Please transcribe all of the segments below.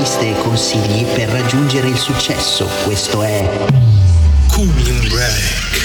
interviste e consigli per raggiungere il successo. Questo è Cooling Break.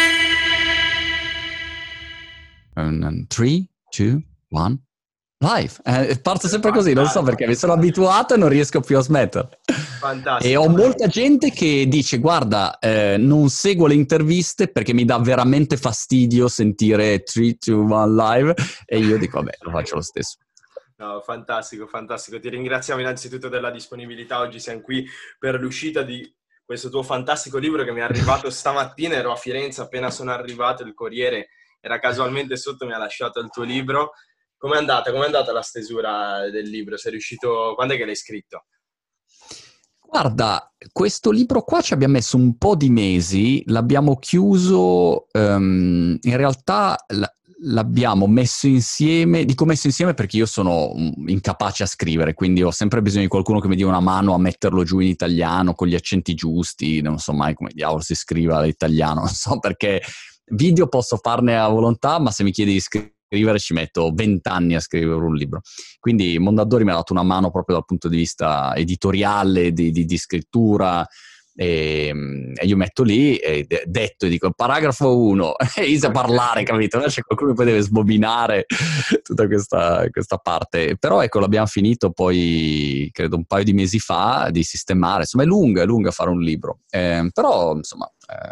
3, 2, 1, live. Parto sempre così, non so perché mi sono abituato e non riesco più a smettere. Fantastico. E ho molta gente che dice: guarda, non seguo le interviste perché mi dà veramente fastidio sentire 3, 2, 1 live, e io dico vabbè, lo faccio lo stesso. No, fantastico, fantastico. Ti ringraziamo innanzitutto della disponibilità. Oggi siamo qui per l'uscita di questo tuo fantastico libro che mi è arrivato stamattina. Ero a Firenze, appena sono arrivato, il corriere era casualmente sotto, mi ha lasciato il tuo libro. Com'è andata? Com'è andata la stesura del libro? Sei riuscito? Quando è che l'hai scritto? Guarda, questo libro qua ci abbiamo messo un po' di mesi, l'abbiamo chiuso, in realtà l'abbiamo messo insieme, dico messo insieme perché io sono incapace a scrivere, quindi ho sempre bisogno di qualcuno che mi dia una mano a metterlo giù in italiano, con gli accenti giusti, non so mai come diavolo si scriva l'italiano, non so perché video posso farne a volontà, ma se mi chiedi di scrivere ci metto 20 anni a scrivere un libro. Quindi Mondadori mi ha dato una mano proprio dal punto di vista editoriale, di scrittura, e io metto lì e detto e dico paragrafo 1 e inizio a parlare, capito? C'è qualcuno che poi deve sbobinare tutta questa parte, però ecco, l'abbiamo finito poi credo un paio di mesi fa di sistemare. Insomma è lunga fare un libro, però insomma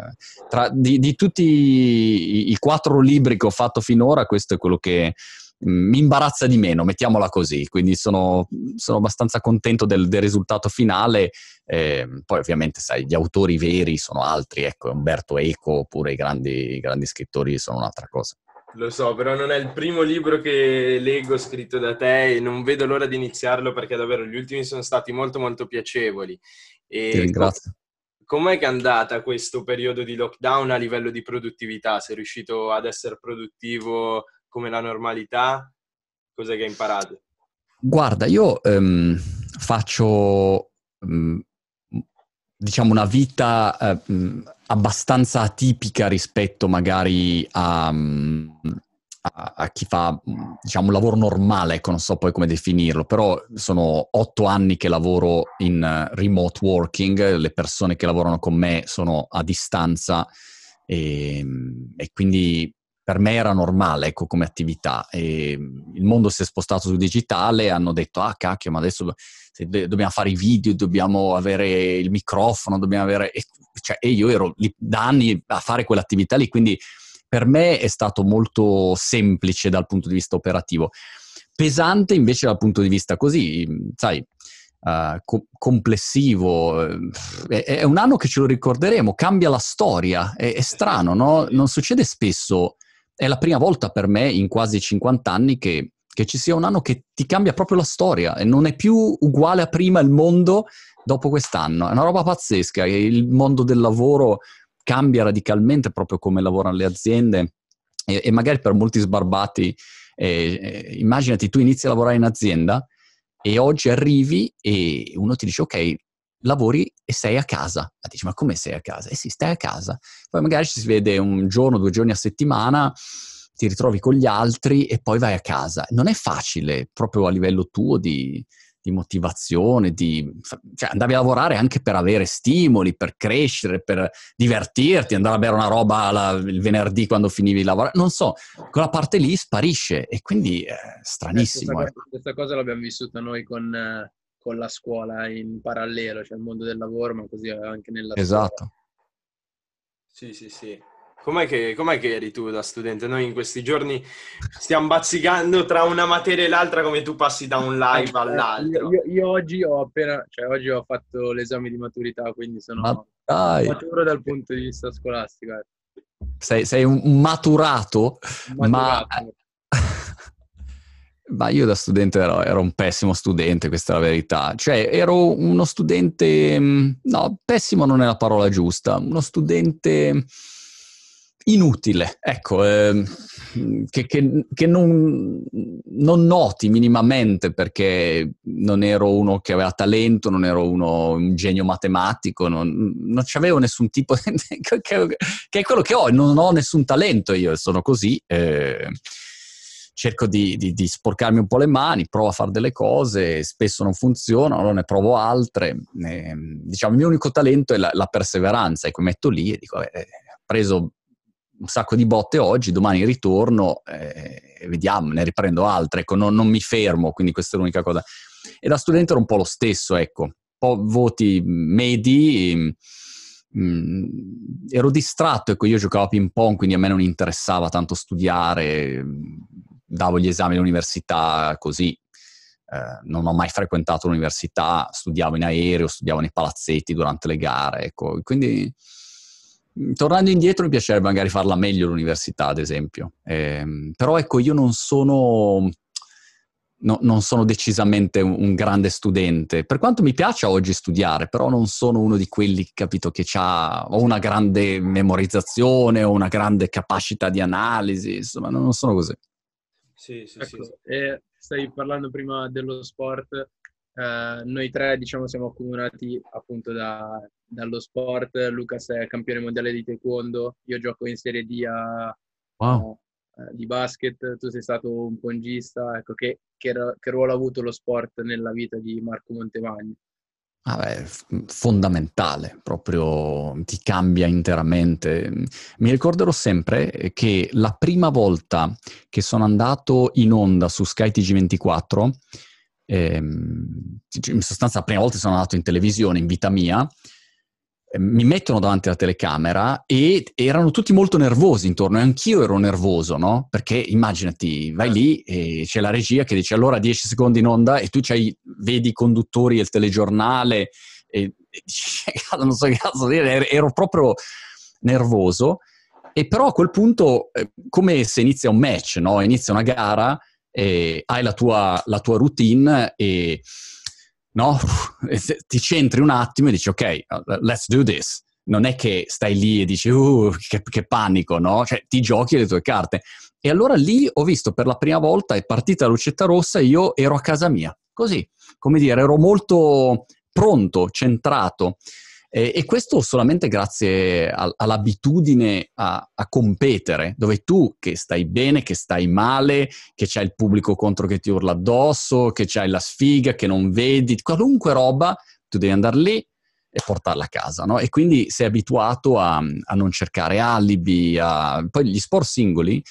di tutti i 4 libri che ho fatto finora, questo è quello che mi imbarazza di meno, mettiamola così, quindi sono abbastanza contento del risultato finale. Poi ovviamente sai, gli autori veri sono altri, ecco, Umberto Eco oppure i grandi scrittori sono un'altra cosa. Lo so, però non è il primo libro che leggo scritto da te e non vedo l'ora di iniziarlo perché davvero gli ultimi sono stati molto molto piacevoli. Ti ringrazio. Com'è che è andata questo periodo di lockdown a livello di produttività? Sei riuscito ad essere produttivo come la normalità? Cos'è che hai imparato? Guarda, io faccio diciamo una vita abbastanza atipica rispetto magari a chi fa diciamo un lavoro normale, ecco, non so poi come definirlo, però sono 8 anni che lavoro in remote working, le persone che lavorano con me sono a distanza e quindi per me era normale, ecco, come attività. E il mondo si è spostato sul digitale, hanno detto cacchio, ma adesso dobbiamo fare i video, dobbiamo avere il microfono, dobbiamo avere... E io ero lì da anni a fare quell'attività lì, quindi per me è stato molto semplice dal punto di vista operativo. Pesante invece dal punto di vista così, sai, complessivo. È un anno che ce lo ricorderemo, cambia la storia, è strano, no? Non succede spesso. È la prima volta per me in quasi 50 anni che ci sia un anno che ti cambia proprio la storia e non è più uguale a prima il mondo dopo quest'anno. È una roba pazzesca, il mondo del lavoro cambia radicalmente proprio come lavorano le aziende e magari per molti sbarbati, immaginati tu inizi a lavorare in azienda e oggi arrivi e uno ti dice ok, lavori e sei a casa. Ma dici, ma come sei a casa? Eh sì, stai a casa. Poi magari ci si vede un giorno, 2 giorni a settimana, ti ritrovi con gli altri e poi vai a casa. Non è facile, proprio a livello tuo di motivazione, cioè andavi a lavorare anche per avere stimoli, per crescere, per divertirti, andare a bere una roba il venerdì quando finivi di lavorare. Non so, quella parte lì sparisce e quindi è stranissimo. Questa cosa l'abbiamo vissuta noi con la scuola in parallelo, cioè il mondo del lavoro, ma così anche nella esatto. scuola. Sì. Com'è che eri tu da studente? Noi in questi giorni stiamo bazzicando tra una materia e l'altra come tu passi da un live all'altro. Io oggi oggi ho fatto l'esame di maturità, quindi sono maturo dal punto di vista scolastico. Sei un maturato, ma io da studente ero un pessimo studente, questa è la verità. Cioè ero uno studente, no, pessimo non è la parola giusta, uno studente inutile, ecco, che non noti minimamente perché non ero uno che aveva talento, non ero un genio matematico, non c'avevo nessun tipo che è quello che ho, non ho nessun talento, io sono così. cerco di sporcarmi un po' le mani, provo a fare delle cose, spesso non funzionano, allora ne provo altre. Diciamo, il mio unico talento è la perseveranza, ecco, metto lì e dico, ho preso un sacco di botte oggi, domani ritorno e vediamo, ne riprendo altre, ecco, non mi fermo, quindi questa è l'unica cosa. E da studente ero un po' lo stesso, ecco, un po' voti medi, ero distratto, ecco, io giocavo a ping pong, quindi a me non interessava tanto studiare, davo gli esami all'università così, non ho mai frequentato l'università, studiavo in aereo, studiavo nei palazzetti durante le gare, ecco, quindi tornando indietro mi piacerebbe magari farla meglio l'università, ad esempio, però ecco, io non sono decisamente un grande studente, per quanto mi piaccia oggi studiare, però non sono uno di quelli, capito, che ho una grande memorizzazione o una grande capacità di analisi, insomma, non sono così. Sì. E stavi parlando prima dello sport, noi tre diciamo siamo accomunati appunto dallo sport. Lucas è campione mondiale di taekwondo, io gioco in Serie D di basket, tu sei stato un pongista, ecco, che ruolo ha avuto lo sport nella vita di Marco Montemagno? Fondamentale, proprio ti cambia interamente. Mi ricorderò sempre che la prima volta che sono andato in onda su Sky TG24, in sostanza la prima volta sono andato in televisione in vita mia, mi mettono davanti alla telecamera e erano tutti molto nervosi intorno, e anch'io ero nervoso, no? Perché immaginati, vai lì e c'è la regia che dice allora 10 secondi in onda e tu vedi i conduttori e il telegiornale e dici, non so che cazzo dire, ero proprio nervoso. E però a quel punto, come se inizia un match, no? Inizia una gara e hai la tua routine e no? Ti centri un attimo e dici ok, let's do this. Non è che stai lì e dici che panico, no? Cioè ti giochi le tue carte. E allora lì ho visto per la prima volta, è partita la lucetta rossa e io ero a casa mia, così, come dire, ero molto pronto, centrato. E questo solamente grazie all'abitudine a competere, dove tu che stai bene, che stai male, che c'hai il pubblico contro che ti urla addosso, che c'hai la sfiga, che non vedi, qualunque roba, tu devi andare lì e portarla a casa, no? E quindi sei abituato a non cercare alibi, poi gli sport singoli,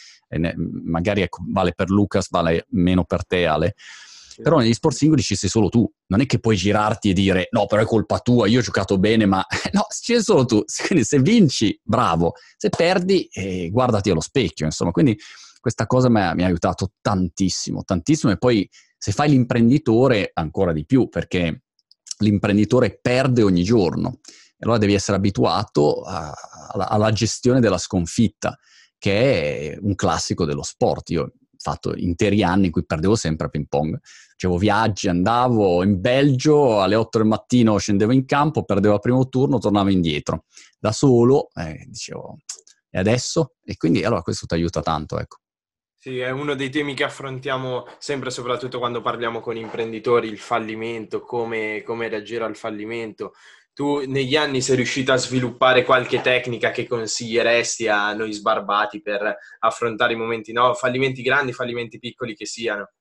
magari vale per Lucas, vale meno per te, Ale, però negli sport singoli ci sei solo tu, non è che puoi girarti e dire no, però è colpa tua, io ho giocato bene, ma no, ci sei solo tu, quindi se vinci, bravo, se perdi, guardati allo specchio, insomma, quindi questa cosa mi ha aiutato tantissimo, tantissimo, e poi se fai l'imprenditore ancora di più, perché l'imprenditore perde ogni giorno, e allora devi essere abituato alla gestione della sconfitta, che è un classico dello sport. Io fatto interi anni in cui perdevo sempre a ping pong, facevo viaggi, andavo in Belgio, alle 8 del mattino scendevo in campo, perdevo al primo turno, tornavo indietro da solo, dicevo e adesso? E quindi allora questo ti aiuta tanto, ecco. Sì, è uno dei temi che affrontiamo sempre, soprattutto quando parliamo con imprenditori, il fallimento, come reagire al fallimento. Tu negli anni sei riuscito a sviluppare qualche tecnica che consiglieresti a noi sbarbati per affrontare i momenti, no? Fallimenti grandi, fallimenti piccoli che siano.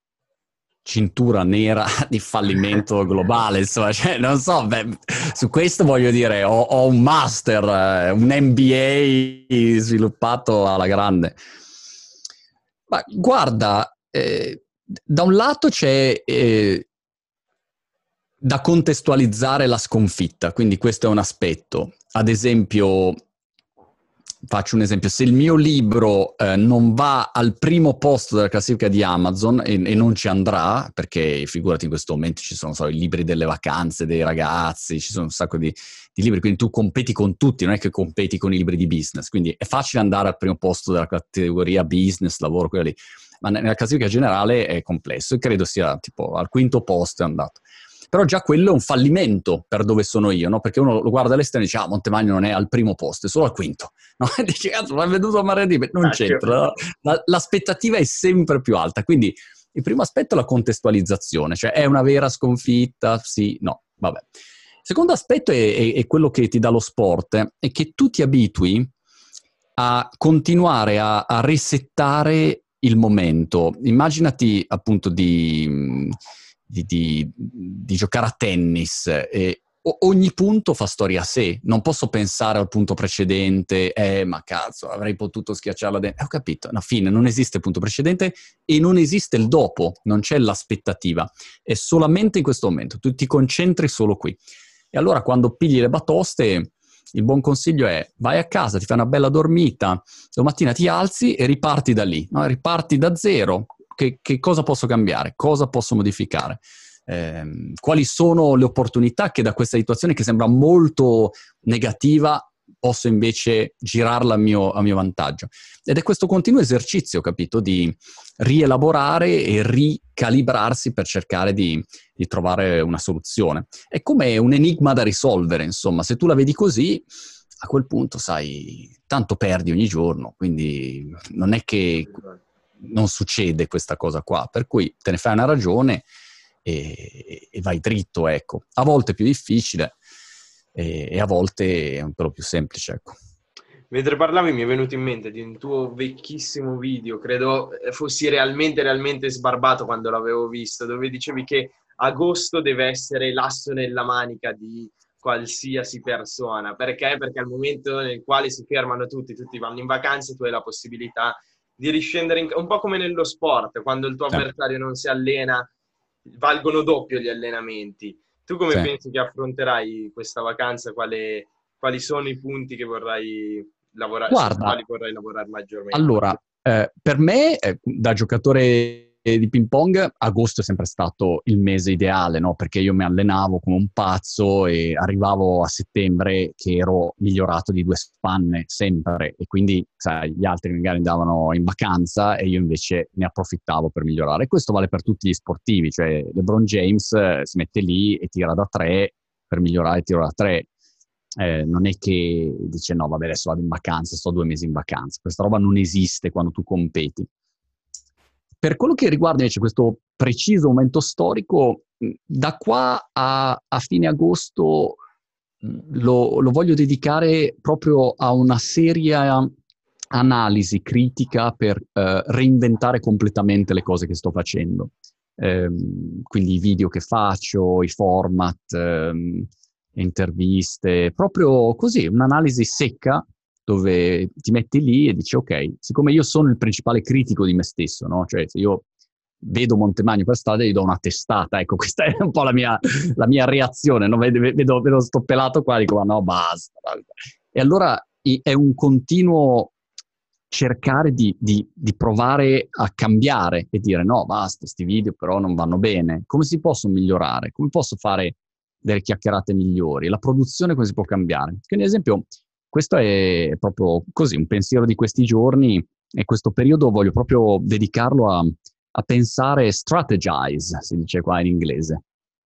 Cintura nera di fallimento globale, insomma, cioè, non so, su questo voglio dire, ho un master, un MBA sviluppato alla grande. Ma guarda, da un lato c'è da contestualizzare la sconfitta, quindi questo è un aspetto. Ad esempio, faccio un esempio, se il mio libro non va al primo posto della classifica di Amazon e non ci andrà, perché figurati in questo momento ci sono i libri delle vacanze dei ragazzi, ci sono un sacco di libri, quindi tu competi con tutti, non è che competi con i libri di business, quindi è facile andare al primo posto della categoria business, lavoro, quella lì, ma nella classifica generale è complesso e credo sia tipo al quinto posto è andato. Però già quello è un fallimento per dove sono io, no? Perché uno lo guarda all'esterno e dice Montemagno non è al primo posto, è solo al quinto, no? E dice cazzo, l'ha veduto a martedì, non c'entra, no? L'aspettativa è sempre più alta, quindi il primo aspetto è la contestualizzazione, cioè è una vera sconfitta, sì, no, vabbè. Il secondo aspetto è quello che ti dà lo sport, è che tu ti abitui a continuare a resettare il momento. Immaginati appunto di giocare a tennis e ogni punto fa storia a sé. Non posso pensare al punto precedente, ma cazzo, avrei potuto schiacciarla dentro. Ho capito, alla fine non esiste il punto precedente e non esiste il dopo, non c'è l'aspettativa. È solamente in questo momento, tu ti concentri solo qui. E allora quando pigli le batoste, il buon consiglio è: vai a casa, ti fai una bella dormita, domattina ti alzi e riparti da lì, no? Riparti da zero. Che cosa posso cambiare? Cosa posso modificare? Quali sono le opportunità che da questa situazione che sembra molto negativa posso invece girarla a mio vantaggio? Ed è questo continuo esercizio, capito, di rielaborare e ricalibrarsi per cercare di trovare una soluzione. È come un enigma da risolvere, insomma. Se tu la vedi così, a quel punto, sai, tanto perdi ogni giorno, quindi non è che non succede questa cosa qua, per cui te ne fai una ragione e vai dritto, ecco. A volte è più difficile e a volte è un po' più semplice, ecco. Mentre parlavi mi è venuto in mente di un tuo vecchissimo video, credo fossi realmente sbarbato quando l'avevo visto, dove dicevi che agosto deve essere l'asso nella manica di qualsiasi persona. Perché? Perché al momento nel quale si fermano tutti vanno in vacanza, tu hai la possibilità di riscendere, un po' come nello sport, quando il tuo avversario non si allena, valgono doppio gli allenamenti. Tu come pensi che affronterai questa vacanza? Quali sono i punti che vorrai lavorare, su quali vorrai lavorare maggiormente? Allora, per me, da giocatore di ping pong, agosto è sempre stato il mese ideale, no? Perché io mi allenavo come un pazzo e arrivavo a settembre che ero migliorato di 2 spanne sempre, e quindi, sai, gli altri magari andavano in vacanza e io invece ne approfittavo per migliorare. E questo vale per tutti gli sportivi, cioè LeBron James si mette lì e tira da 3 per migliorare il tiro da 3. Non è che dice no, vabbè, adesso vado in vacanza, sto 2 mesi in vacanza. Questa roba non esiste quando tu competi. Per quello che riguarda invece questo preciso momento storico, da qua a fine agosto lo voglio dedicare proprio a una seria analisi critica per reinventare completamente le cose che sto facendo. Quindi i video che faccio, i format, interviste, proprio così, un'analisi secca dove ti metti lì e dici ok, siccome io sono il principale critico di me stesso, no? Cioè se io vedo Montemagno per strada e gli do una testata, ecco, questa è un po' la mia reazione, no? Vedo sto pelato qua e dico ma no, basta. E allora è un continuo cercare di provare a cambiare e dire no, basta, questi video però non vanno bene, come si possono migliorare? Come posso fare delle chiacchierate migliori? La produzione come si può cambiare? Quindi ad esempio questo è proprio così, un pensiero di questi giorni, e questo periodo voglio proprio dedicarlo a pensare, strategize, si dice qua in inglese,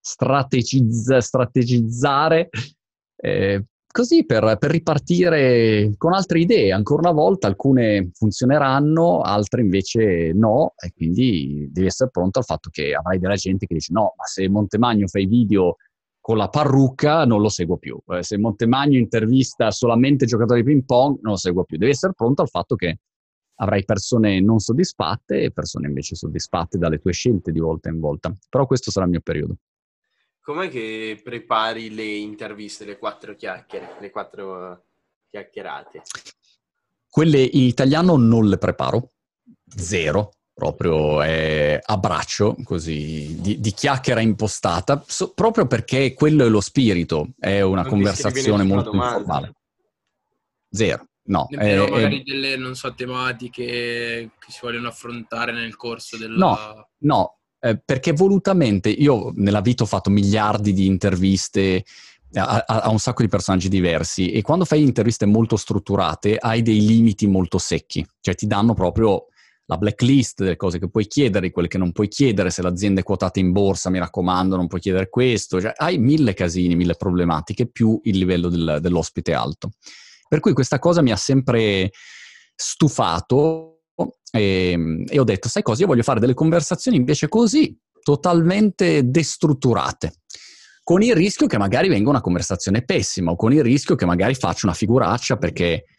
strategizzare, così per ripartire con altre idee. Ancora una volta alcune funzioneranno, altre invece no, e quindi devi essere pronto al fatto che avrai della gente che dice no, ma se Montemagno fa i video con la parrucca non lo seguo più. Se Montemagno intervista solamente giocatori di ping pong non lo seguo più. Devi essere pronto al fatto che avrai persone non soddisfatte e persone invece soddisfatte dalle tue scelte di volta in volta. Però questo sarà il mio periodo. Com'è che prepari le interviste, le 4 chiacchiere, le 4 chiacchierate? Quelle in italiano non le preparo, zero. Proprio a braccio, così, di chiacchiera impostata, proprio perché quello è lo spirito, è una conversazione molto informale. Zero, no. Nemmeno magari delle, non so, tematiche che si vogliono affrontare nel corso della... No, perché volutamente, io nella vita ho fatto miliardi di interviste a un sacco di personaggi diversi, e quando fai interviste molto strutturate hai dei limiti molto secchi, cioè ti danno proprio la blacklist delle cose che puoi chiedere, di quelle che non puoi chiedere. Se l'azienda è quotata in borsa, mi raccomando, non puoi chiedere questo. Cioè, hai 1000 casini, 1000 problematiche, più il livello dell'ospite alto. Per cui questa cosa mi ha sempre stufato e ho detto, sai cosa, io voglio fare delle conversazioni invece così, totalmente destrutturate, con il rischio che magari venga una conversazione pessima, o con il rischio che magari faccia una figuraccia perché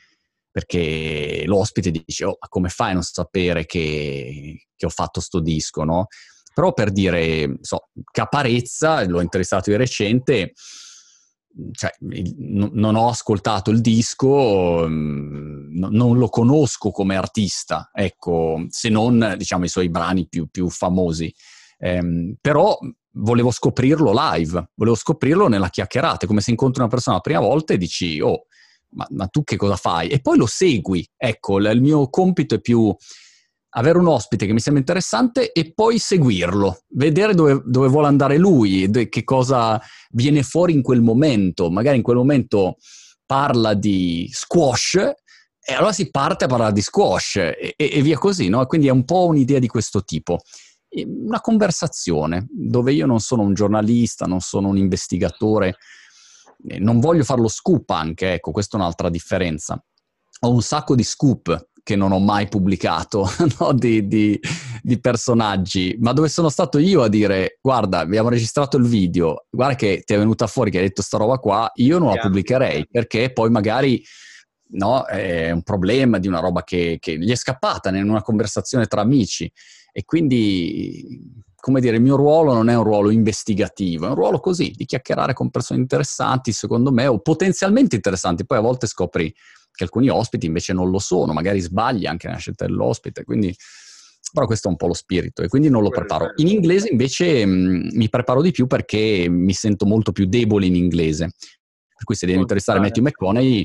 perché l'ospite dice, oh, ma come fai a non sapere che ho fatto sto disco, no? Però per dire, Caparezza, l'ho interessato di recente, cioè, non ho ascoltato il disco, non lo conosco come artista, ecco, se non, diciamo, i suoi brani più famosi. Però volevo scoprirlo live, volevo scoprirlo nella chiacchierata, come se incontri una persona la prima volta e dici, oh, ma tu che cosa fai? E poi lo segui. Ecco, il mio compito è più avere un ospite che mi sembra interessante e poi seguirlo, vedere dove vuole andare lui, che cosa viene fuori in quel momento. Magari in quel momento parla di squash e allora si parte a parlare di squash e via così, no? Quindi è un po' un'idea di questo tipo. Una conversazione dove io non sono un giornalista, non sono un investigatore, non voglio fare lo scoop anche, ecco, questa è un'altra differenza. Ho un sacco di scoop che non ho mai pubblicato, no? di personaggi, ma dove sono stato io a dire, guarda, abbiamo registrato il video, guarda che ti è venuta fuori che hai detto sta roba qua, io non la pubblicherei, perché poi magari, no, è un problema di una roba che gli è scappata in una conversazione tra amici, e quindi, come dire, il mio ruolo non è un ruolo investigativo, è un ruolo così, di chiacchierare con persone interessanti, secondo me, o potenzialmente interessanti. Poi a volte scopri che alcuni ospiti invece non lo sono, magari sbagli anche nella scelta dell'ospite, quindi, però questo è un po' lo spirito, e quindi non lo preparo. In inglese invece mi preparo di più perché mi sento molto più debole in inglese, per cui se devo intervistare Matthew McConaughey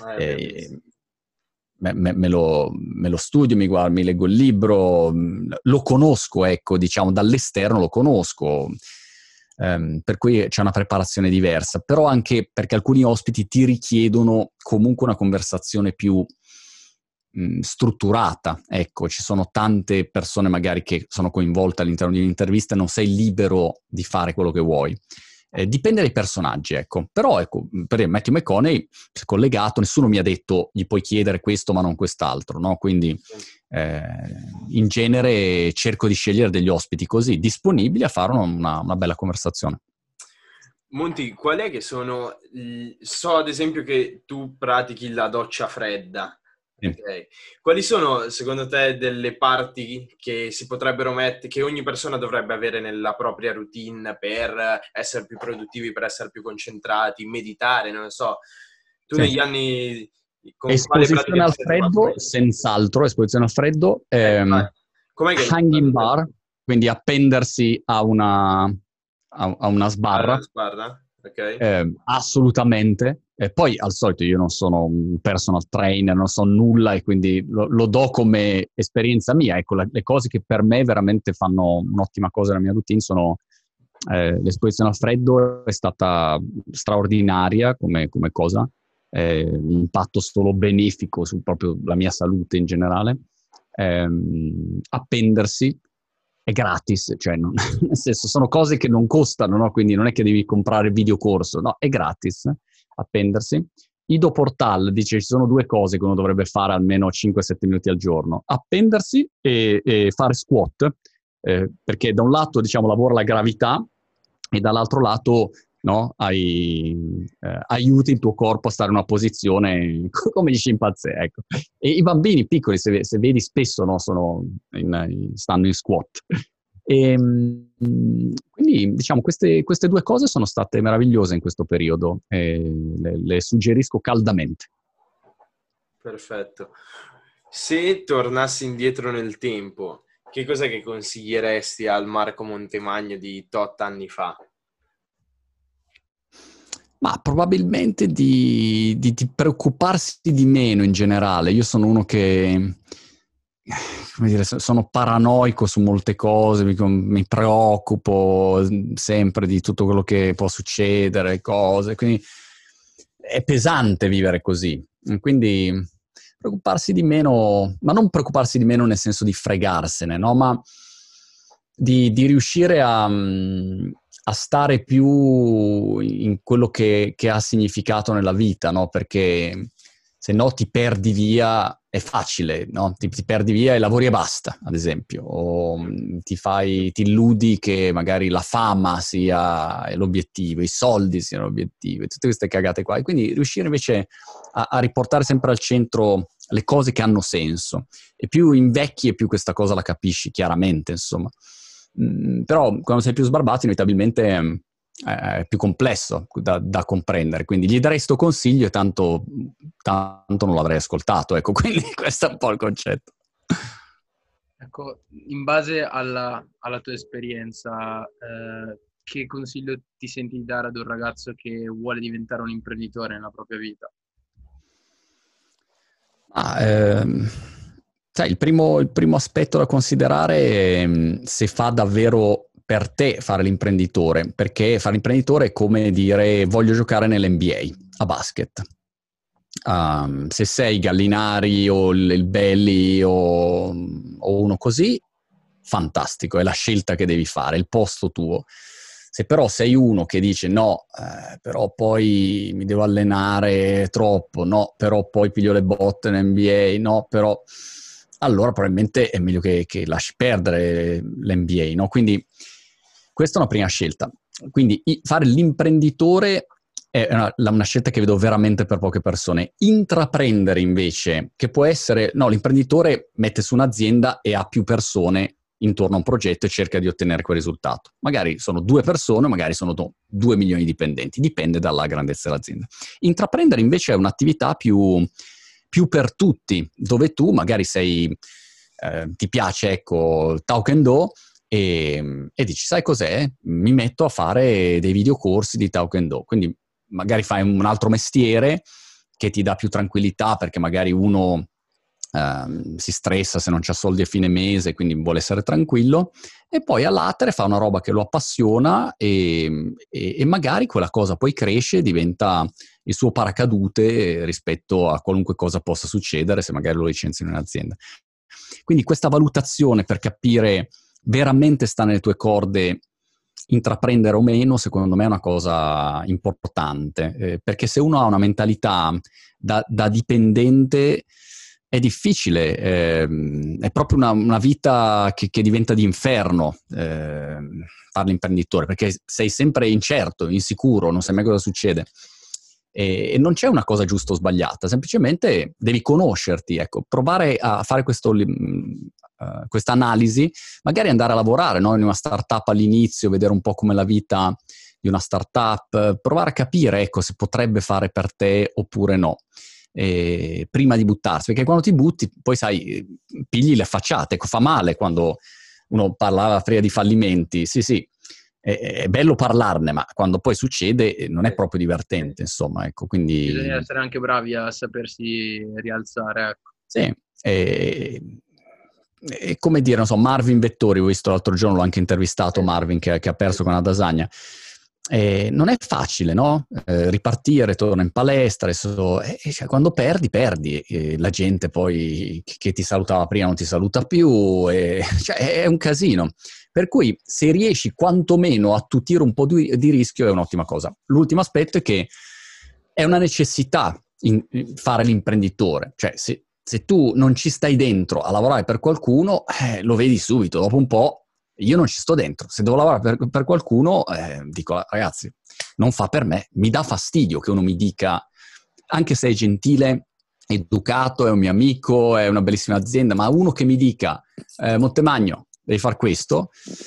me lo studio, mi leggo il libro, lo conosco, ecco, diciamo dall'esterno lo conosco, per cui c'è una preparazione diversa, però anche perché alcuni ospiti ti richiedono comunque una conversazione più strutturata, ecco, ci sono tante persone magari che sono coinvolte all'interno di un'intervista e non sei libero di fare quello che vuoi. Dipende dai personaggi, ecco. Però, ecco, per Matthew McConaughey è collegato, nessuno mi ha detto gli puoi chiedere questo ma non quest'altro, no? Quindi in genere cerco di scegliere degli ospiti così, disponibili a fare una bella conversazione. Monti, qual è che sono... So ad esempio che tu pratichi la doccia fredda. Okay. Quali sono secondo te delle parti che si potrebbero mettere, che ogni persona dovrebbe avere nella propria routine per essere più produttivi, per essere più concentrati, meditare, non lo so. Tu negli anni... Esposizione al freddo, senz'altro, esposizione al freddo, hanging bar, quindi appendersi a una sbarra. Okay. Assolutamente. E poi al solito io non sono un personal trainer, non so nulla, e quindi lo do come esperienza mia. Ecco, le cose che per me veramente fanno un'ottima cosa nella mia routine sono l'esposizione al freddo, è stata straordinaria come cosa, impatto solo benefico su proprio la mia salute in generale. Appendersi è gratis, cioè nel senso sono cose che non costano, no? Quindi non è che devi comprare videocorso, no, è gratis appendersi. Ido Portal dice ci sono due cose che uno dovrebbe fare almeno 5-7 minuti al giorno: appendersi e fare squat, perché da un lato, diciamo, lavora la gravità e dall'altro lato, no, aiuti il tuo corpo a stare in una posizione come gli scimpanzé, ecco. E i bambini piccoli, se vedi spesso, no, stanno in squat. E quindi, diciamo, queste due cose sono state meravigliose in questo periodo, le suggerisco caldamente. Perfetto. Se tornassi indietro nel tempo, che cos'è che consiglieresti al Marco Montemagno di tot anni fa? Ma probabilmente di preoccuparsi di meno in generale. Io sono uno che, come dire, sono paranoico su molte cose, mi preoccupo sempre di tutto quello che può succedere, cose, quindi è pesante vivere così. Quindi preoccuparsi di meno, ma non preoccuparsi di meno nel senso di fregarsene, no? Ma di riuscire a stare più in quello che ha significato nella vita, no? Perché se no ti perdi via è facile, no? Ti perdi via e lavori e basta, ad esempio, o ti illudi che magari la fama sia l'obiettivo, i soldi siano l'obiettivo, tutte queste cagate qua. E quindi riuscire invece a riportare sempre al centro le cose che hanno senso. E più invecchi e più questa cosa la capisci chiaramente, insomma. Però quando sei più sbarbato, inevitabilmente è più complesso da comprendere, quindi gli darei sto consiglio e tanto non l'avrei ascoltato, ecco, quindi questo è un po' il concetto. Ecco, in base alla tua esperienza, che consiglio ti senti di dare ad un ragazzo che vuole diventare un imprenditore nella propria vita? Sai, il primo aspetto da considerare è se fa davvero per te fare l'imprenditore, perché fare l'imprenditore è come dire voglio giocare nell'NBA a basket. Se sei Gallinari o il Belli o uno così, fantastico, è la scelta che devi fare, è il posto tuo. Se però sei uno che dice no, però poi mi devo allenare troppo, no, però poi piglio le botte in NBA, no, però... allora probabilmente è meglio che lasci perdere l'NBA, no? Quindi questa è una prima scelta. Quindi fare l'imprenditore è una scelta che vedo veramente per poche persone. Intraprendere invece, che può essere... no, l'imprenditore mette su un'azienda e ha più persone intorno a un progetto e cerca di ottenere quel risultato. Magari sono 2 persone, magari sono 2 milioni di dipendenti, dipende dalla grandezza dell'azienda. Intraprendere invece è un'attività più per tutti, dove tu magari ti piace, ecco, Taekwondo e dici, sai cos'è? Mi metto a fare dei videocorsi di Taekwondo, quindi magari fai un altro mestiere che ti dà più tranquillità, perché magari uno si stressa se non c'ha soldi a fine mese, quindi vuole essere tranquillo, e poi all'altro fa una roba che lo appassiona e magari quella cosa poi cresce, diventa il suo paracadute rispetto a qualunque cosa possa succedere se magari lo licenziano in azienda. Quindi questa valutazione per capire veramente sta nelle tue corde intraprendere o meno, secondo me è una cosa importante, perché se uno ha una mentalità da dipendente è difficile, è proprio una vita che diventa di inferno fare l'imprenditore, perché sei sempre incerto, insicuro, non sai mai cosa succede. E non c'è una cosa giusta o sbagliata, semplicemente devi conoscerti, ecco, provare a fare questa analisi, magari andare a lavorare, no, in una startup all'inizio, vedere un po' come la vita di una startup, provare a capire, ecco, se potrebbe fare per te oppure no, prima di buttarsi, perché quando ti butti poi sai, pigli le facciate, ecco, fa male quando uno parlava prima di fallimenti, sì, è bello parlarne, ma quando poi succede non è proprio divertente, insomma, ecco, quindi... bisogna essere anche bravi a sapersi rialzare, ecco. Sì, è come dire, non so, Marvin Vettori, ho visto l'altro giorno, l'ho anche intervistato, Marvin, che ha perso con Adesanya. Non è facile, no? Ripartire, torna in palestra, cioè, quando perdi, la gente poi che ti salutava prima non ti saluta più, cioè, è un casino. Per cui se riesci quantomeno a attutire un po' di rischio è un'ottima cosa. L'ultimo aspetto è che è una necessità fare l'imprenditore, cioè se tu non ci stai dentro a lavorare per qualcuno, lo vedi subito, dopo un po'. Io non ci sto dentro, se devo lavorare per qualcuno, dico ragazzi, non fa per me, mi dà fastidio che uno mi dica, anche se è gentile, educato, è un mio amico, è una bellissima azienda, ma uno che mi dica Montemagno, devi fare questo,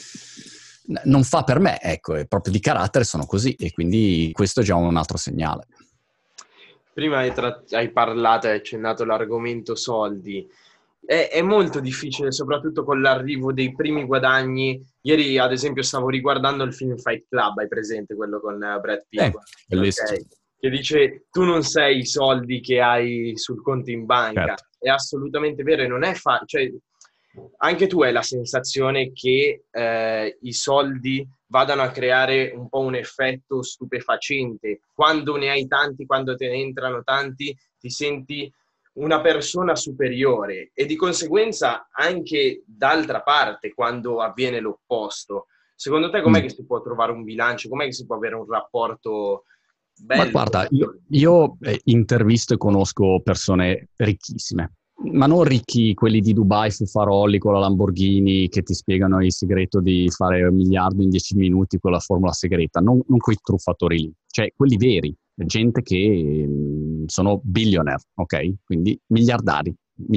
non fa per me, ecco, è proprio di carattere, sono così, e quindi questo è già un altro segnale. Prima hai parlato, hai accennato l'argomento soldi. È molto difficile, soprattutto con l'arrivo dei primi guadagni. Ieri, ad esempio, stavo riguardando il film Fight Club, hai presente quello con Brad Pitt? Bellissimo. Okay. Che dice, tu non sei i soldi che hai sul conto in banca. Certo. È assolutamente vero e non è cioè, anche tu hai la sensazione che i soldi vadano a creare un po' un effetto stupefacente. Quando ne hai tanti, quando te ne entrano tanti, ti senti una persona superiore e di conseguenza anche d'altra parte quando avviene l'opposto. Secondo te com'è che si può trovare un bilancio? Com'è che si può avere un rapporto bello? Ma guarda, io intervisto e conosco persone ricchissime, ma non ricchi quelli di Dubai, fuffarolli con la Lamborghini che ti spiegano il segreto di fare 1 miliardo in 10 minuti con la formula segreta, non quei truffatori lì, cioè quelli veri, gente che sono billionaire, ok? Quindi miliardari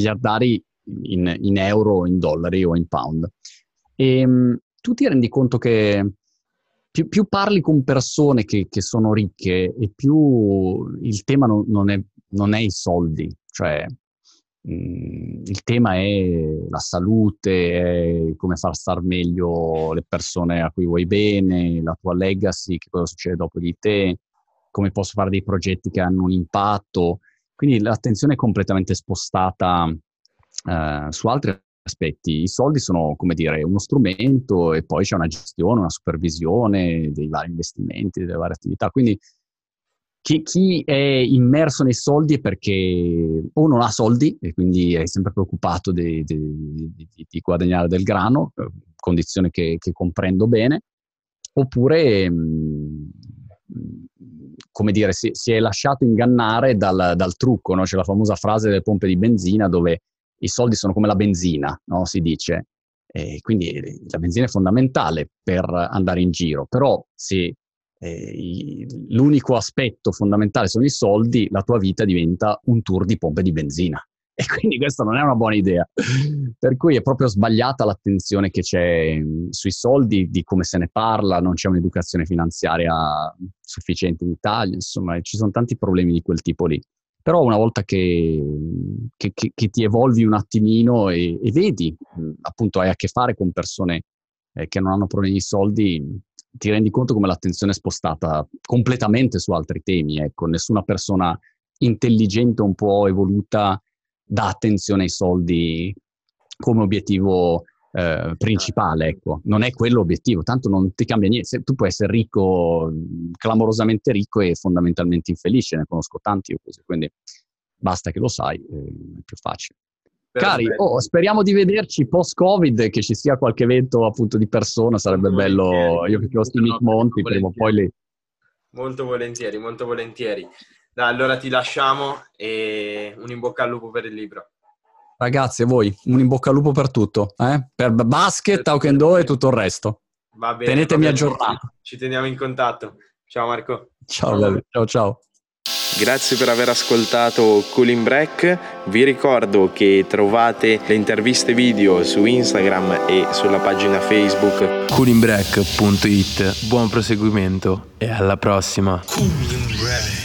in euro, in dollari o in pound. E tu ti rendi conto che più parli con persone che sono ricche e più il tema non è i soldi, cioè il tema è la salute, è come far star meglio le persone a cui vuoi bene, la tua legacy, che cosa succede dopo di te, come posso fare dei progetti che hanno un impatto. Quindi l'attenzione è completamente spostata su altri aspetti. I soldi sono, come dire, uno strumento e poi c'è una gestione, una supervisione dei vari investimenti, delle varie attività. Quindi chi è immerso nei soldi è perché o non ha soldi e quindi è sempre preoccupato di guadagnare del grano, condizione che comprendo bene, oppure come dire, si è lasciato ingannare dal trucco, no? C'è la famosa frase delle pompe di benzina dove i soldi sono come la benzina, no? Si dice. E quindi la benzina è fondamentale per andare in giro, però se l'unico aspetto fondamentale sono i soldi, la tua vita diventa un tour di pompe di benzina. E quindi questa non è una buona idea. Per cui è proprio sbagliata l'attenzione che c'è sui soldi, di come se ne parla, non c'è un'educazione finanziaria sufficiente in Italia, insomma, ci sono tanti problemi di quel tipo lì. Però una volta che ti evolvi un attimino e vedi, appunto hai a che fare con persone che non hanno problemi di soldi, ti rendi conto come l'attenzione è spostata completamente su altri temi. Ecco, nessuna persona intelligente, un po' evoluta, dà attenzione ai soldi come obiettivo principale, ecco. Non è quello l'obiettivo, tanto non ti cambia niente. Tu puoi essere ricco, clamorosamente ricco e fondamentalmente infelice, ne conosco tanti io così, quindi basta che lo sai, è più facile. Cari, speriamo di vederci post-Covid, che ci sia qualche evento appunto di persona, sarebbe bello. Io che ho sti Nick Monti, prima o poi lì. Molto volentieri, molto volentieri. Dai, allora ti lasciamo e un in bocca al lupo per il libro. Ragazzi, a voi, un in bocca al lupo per tutto, per basket, taekwondo e tutto il resto. Va bene. Tenetemi aggiornati. Ci teniamo in contatto. Ciao Marco. Ciao. Grazie per aver ascoltato Cooling Break. Vi ricordo che trovate le interviste video su Instagram e sulla pagina Facebook coolingbreak.it. Buon proseguimento e alla prossima. Cooling Break.